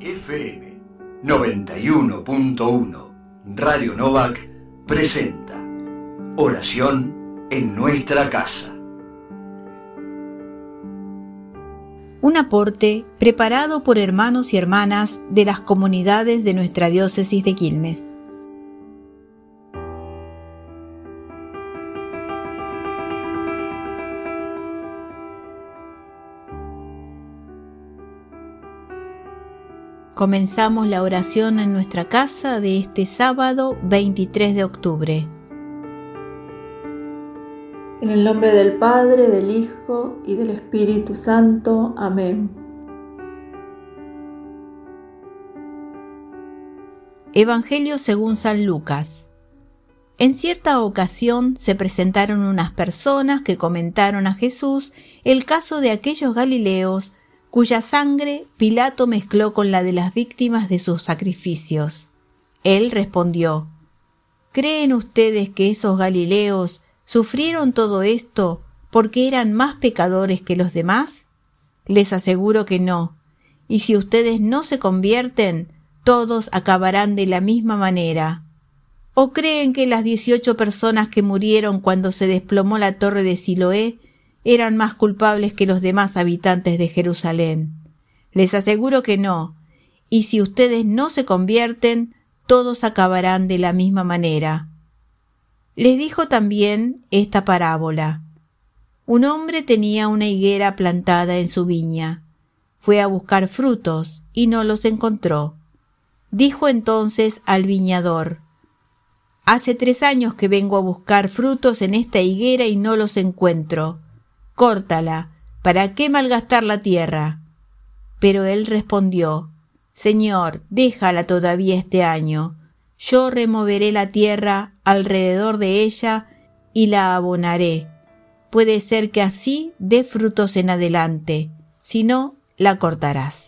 FM 91.1 Radio Novak presenta Oración en nuestra casa. Un aporte preparado por hermanos y hermanas de las comunidades de nuestra diócesis de Quilmes. Comenzamos la oración en nuestra casa de este sábado 23 de octubre. En el nombre del Padre, del Hijo y del Espíritu Santo. Amén. Evangelio según San Lucas. En cierta ocasión se presentaron unas personas que comentaron a Jesús el caso de aquellos galileos cuya sangre Pilato mezcló con la de las víctimas de sus sacrificios. Él respondió: ¿Creen ustedes que esos galileos sufrieron todo esto porque eran más pecadores que los demás? Les aseguro que no, y si ustedes no se convierten, todos acabarán de la misma manera. ¿O creen que las 18 personas que murieron cuando se desplomó la torre de Siloé eran más culpables que los demás habitantes de Jerusalén? Les aseguro que no, y si ustedes no se convierten, todos acabarán de la misma manera. Les dijo también esta parábola. Un hombre tenía una higuera plantada en su viña. Fue a buscar frutos y no los encontró. Dijo entonces al viñador: Hace 3 años que vengo a buscar frutos en esta higuera y no los encuentro. Córtala, ¿para qué malgastar la tierra? Pero él respondió: Señor, déjala todavía este año. Yo removeré la tierra alrededor de ella y la abonaré. Puede ser que así dé frutos en adelante, si no, la cortarás.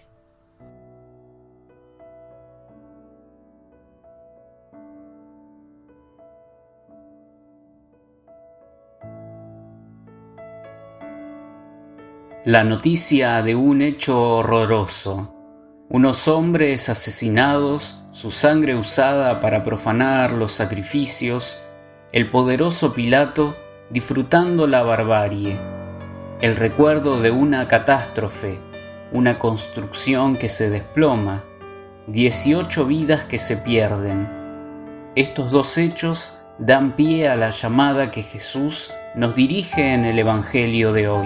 La noticia de un hecho horroroso. Unos hombres asesinados, su sangre usada para profanar los sacrificios, el poderoso Pilato disfrutando la barbarie, el recuerdo de una catástrofe, una construcción que se desploma, 18 vidas que se pierden. Estos 2 hechos dan pie a la llamada que Jesús nos dirige en el Evangelio de hoy.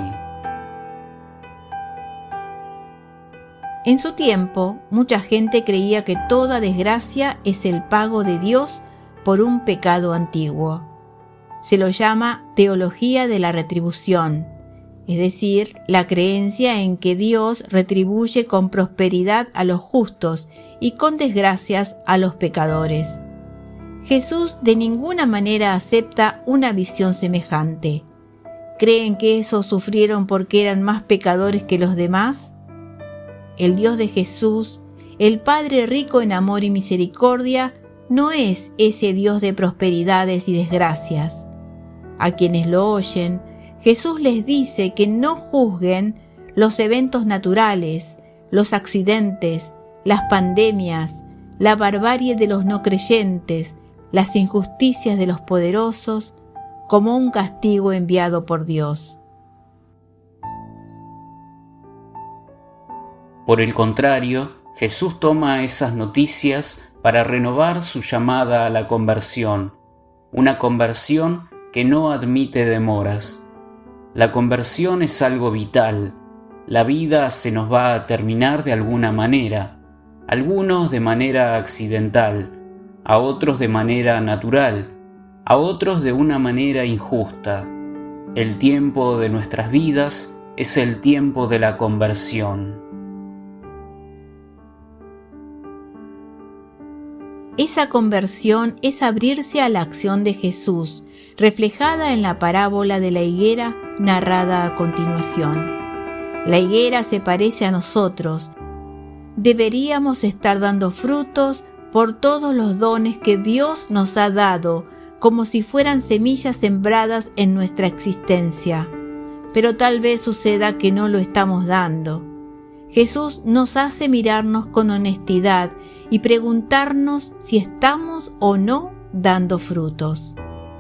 En su tiempo, mucha gente creía que toda desgracia es el pago de Dios por un pecado antiguo. Se lo llama teología de la retribución, es decir, la creencia en que Dios retribuye con prosperidad a los justos y con desgracias a los pecadores. Jesús de ninguna manera acepta una visión semejante. ¿Creen que esos sufrieron porque eran más pecadores que los demás? El Dios de Jesús, el Padre rico en amor y misericordia, no es ese Dios de prosperidades y desgracias. A quienes lo oyen, Jesús les dice que no juzguen los eventos naturales, los accidentes, las pandemias, la barbarie de los no creyentes, las injusticias de los poderosos, como un castigo enviado por Dios. Por el contrario, Jesús toma esas noticias para renovar su llamada a la conversión, una conversión que no admite demoras. La conversión es algo vital. La vida se nos va a terminar de alguna manera, algunos de manera accidental, a otros de manera natural, a otros de una manera injusta. El tiempo de nuestras vidas es el tiempo de la conversión. Esa conversión es abrirse a la acción de Jesús, reflejada en la parábola de la higuera narrada a continuación. La higuera se parece a nosotros. Deberíamos estar dando frutos por todos los dones que Dios nos ha dado, como si fueran semillas sembradas en nuestra existencia. Pero tal vez suceda que no lo estamos dando. Jesús nos hace mirarnos con honestidad y preguntarnos si estamos o no dando frutos.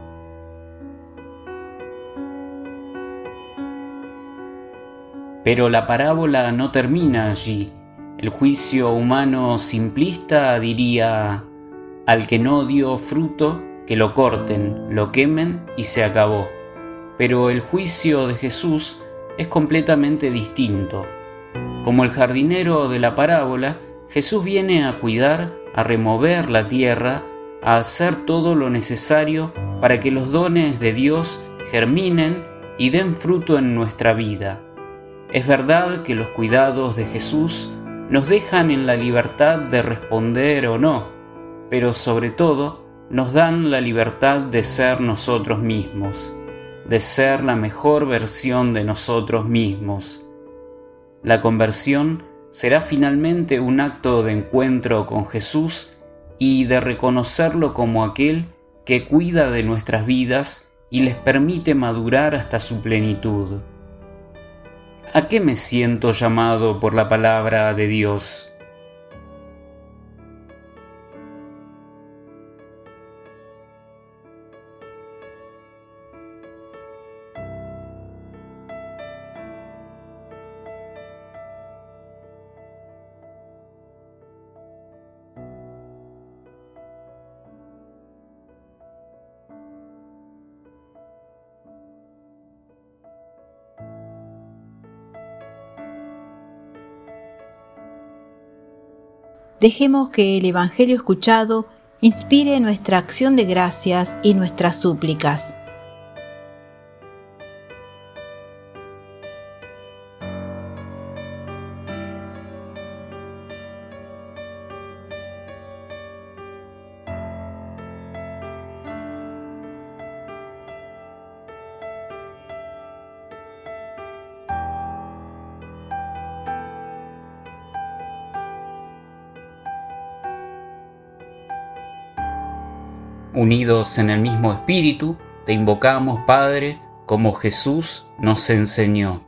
Pero la parábola no termina allí. El juicio humano simplista diría: al que no dio fruto, que lo corten, lo quemen y se acabó. Pero el juicio de Jesús es completamente distinto. Como el jardinero de la parábola, Jesús viene a cuidar, a remover la tierra, a hacer todo lo necesario para que los dones de Dios germinen y den fruto en nuestra vida. Es verdad que los cuidados de Jesús nos dejan en la libertad de responder o no, pero sobre todo nos dan la libertad de ser nosotros mismos, de ser la mejor versión de nosotros mismos. La conversión será finalmente un acto de encuentro con Jesús y de reconocerlo como aquel que cuida de nuestras vidas y les permite madurar hasta su plenitud. ¿A qué me siento llamado por la palabra de Dios? Dejemos que el Evangelio escuchado inspire nuestra acción de gracias y nuestras súplicas. Unidos en el mismo espíritu, te invocamos, Padre, como Jesús nos enseñó.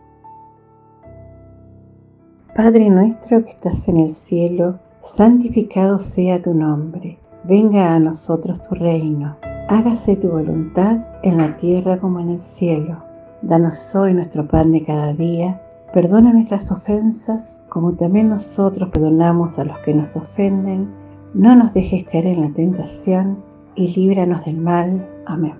Padre nuestro que estás en el cielo, santificado sea tu nombre. Venga a nosotros tu reino. Hágase tu voluntad en la tierra como en el cielo. Danos hoy nuestro pan de cada día. Perdona nuestras ofensas, como también nosotros perdonamos a los que nos ofenden. No nos dejes caer en la tentación y líbranos del mal. Amén.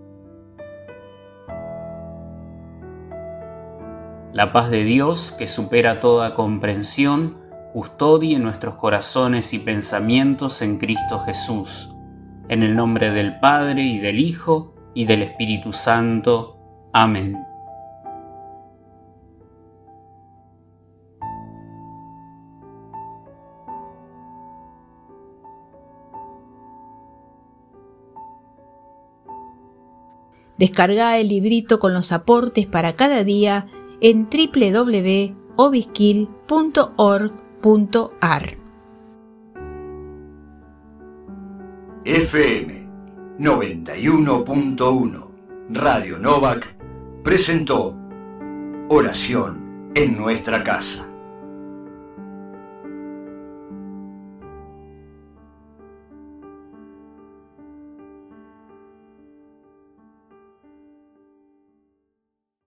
La paz de Dios, que supera toda comprensión, custodie nuestros corazones y pensamientos en Cristo Jesús. En el nombre del Padre, y del Hijo, y del Espíritu Santo. Amén. Descarga el librito con los aportes para cada día en www.obiskil.org.ar. FM 91.1 Radio Novak presentó Oración en nuestra casa.